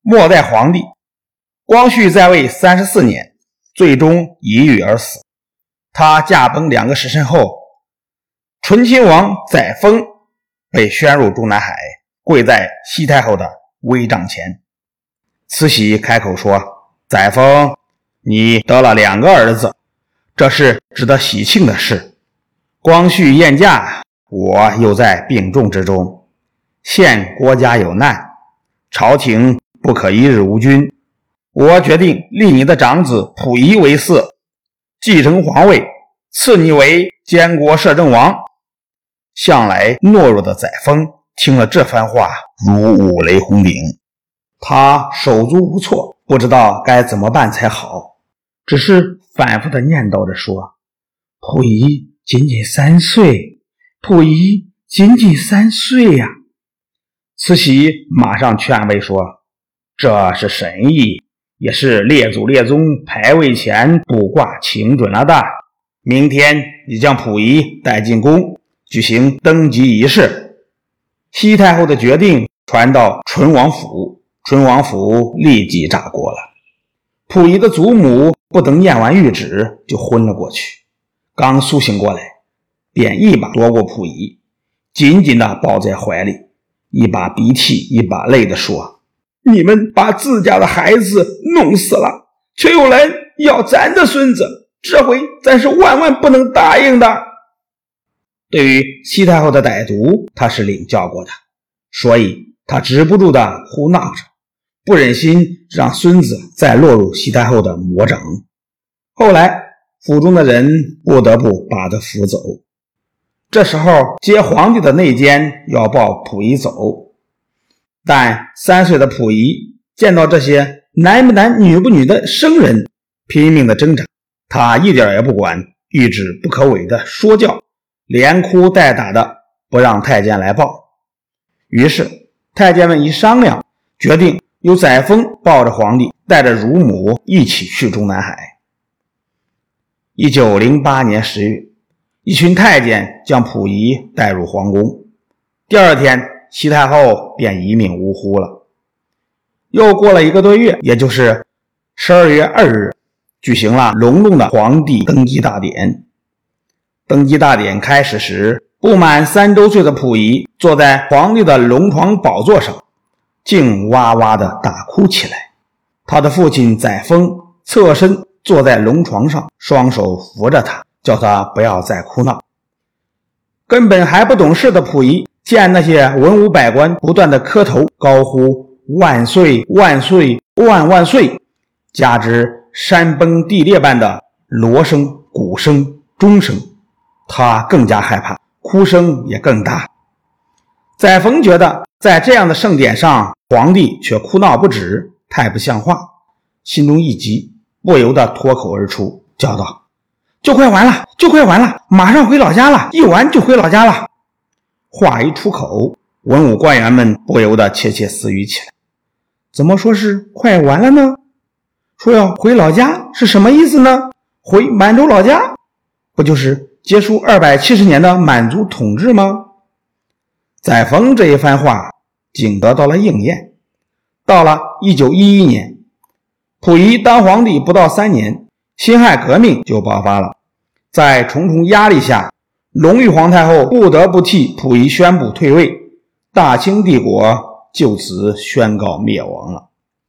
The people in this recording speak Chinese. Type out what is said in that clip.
末代皇帝光绪在位34年，最终抑郁而死。他驾崩2个时辰后，醇亲王载沣被宣入中南海，跪在西太后的帷帐前。慈禧开口说：“载沣，你得了2个儿子，这是值得喜庆的事。光绪晏驾，我又在病重之中，现国家有难，朝廷不可一日无君。我决定立你的长子溥仪为嗣，继承皇位，赐你为监国摄政王。”向来懦弱的载沣听了这番话，如五雷轰顶，他手足无措，不知道该怎么办才好，只是反复地念叨着说：“溥仪仅仅3岁，溥仪仅仅3岁呀。”慈禧马上劝慰说：“这是神意，也是列祖列宗牌位前卜卦请准了的。明天你将溥仪带进宫，举行登基仪式。”西太后的决定传到醇王府，醇王府立即炸锅了。溥仪的祖母不等念完谕旨就昏了过去，刚苏醒过来，便一把夺过溥仪，紧紧地抱在怀里，一把鼻涕一把泪地说：“你们把自家的孩子弄死了，却有人要咱的孙子，这回咱是万万不能答应的。”对于西太后的歹毒，他是领教过的，所以他止不住的胡闹着，不忍心让孙子再落入西太后的魔掌。后来府中的人不得不把他扶走。这时候接皇帝的内监要抱溥仪走，但3岁的溥仪见到这些男不男女不女的生人，拼命的挣扎，他一点也不管，谕旨不可违的说教，连哭带打的不让太监来抱。于是太监们一商量，决定由载沣抱着皇帝，带着乳母一起去中南海。1908年10月，一群太监将溥仪带入皇宫，第2天西太后便一命呜呼了。又过了1个多月，也就是12月2日，举行了隆重的皇帝登基大典。登基大典开始时，不满3周岁的溥仪坐在皇帝的龙床宝座上，竟哇哇地大哭起来。他的父亲载沣侧身坐在龙床上，双手扶着他，叫他不要再哭闹。根本还不懂事的溥仪见那些文武百官不断地磕头高呼万岁万岁万万岁，加之山崩地裂般的锣声鼓声钟声，他更加害怕，哭声也更大。载沣觉得在这样的盛典上，皇帝却哭闹不止，太不像话，心中一急，不由得脱口而出，叫道：“就快完了，就快完了，马上回老家了，一完就回老家了。”话一出口，文武官员们不由得窃窃私语起来。怎么说是快完了呢？说要回老家是什么意思呢？回满洲老家，不就是结束270年的满族统治吗？载沣这一番话竟得到了应验。到了1911年，溥仪当皇帝不到3年，辛亥革命就爆发了。在重重压力下，隆裕皇太后不得不替溥仪宣布退位，大清帝国就此宣告灭亡了。